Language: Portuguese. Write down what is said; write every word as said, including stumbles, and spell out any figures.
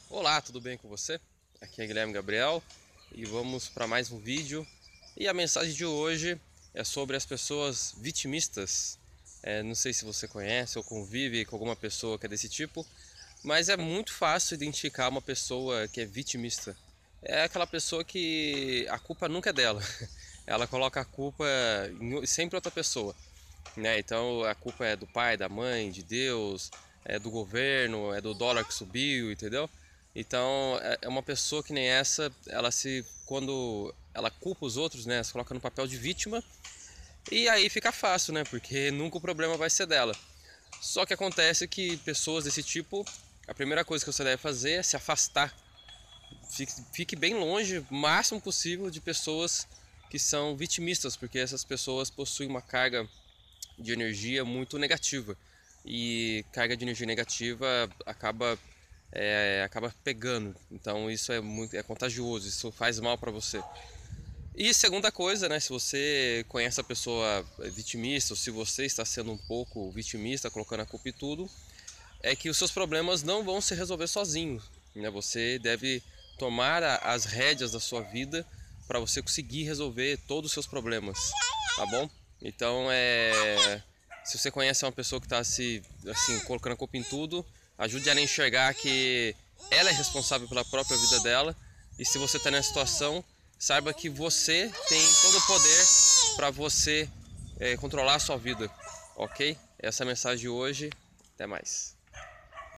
Olá, tudo bem com você? Aqui é Guilherme Gabriel e vamos para mais um vídeo. E a mensagem de hoje é sobre as pessoas vitimistas. É, não sei se você conhece ou convive com alguma pessoa que é desse tipo, mas é muito fácil identificar uma pessoa que é vitimista. É aquela pessoa que a culpa nunca é dela. Ela coloca a culpa em sempre outra pessoa, né? Então a culpa é do pai, da mãe, de Deus, é do governo, é do dólar que subiu, entendeu? Então é é uma pessoa que nem essa, ela se quando ela culpa os outros, né? Se coloca no papel de vítima e aí fica fácil, né? Porque nunca o problema vai ser dela. Só que acontece que pessoas desse tipo, a primeira coisa que você deve fazer é se afastar. Fique, fique bem longe, o máximo possível, de pessoas que são vitimistas, porque essas pessoas possuem uma carga de energia muito negativa, e carga de energia negativa acaba é, acaba pegando, então isso é muito é contagioso, isso faz mal para você. E segunda coisa, né, se você conhece a pessoa vitimista, ou se você está sendo um pouco vitimista, colocando a culpa em tudo, é que os seus problemas não vão se resolver sozinhos, né? Você deve tomar a, as rédeas da sua vida para você conseguir resolver todos os seus problemas, tá bom? Então, é, se você conhece uma pessoa que está se assim colocando a culpa em tudo, ajude ela a enxergar que ela é responsável pela própria vida dela. E se você está nessa situação, saiba que você tem todo o poder para você é, controlar a sua vida, ok? Essa é a mensagem de hoje. Até mais.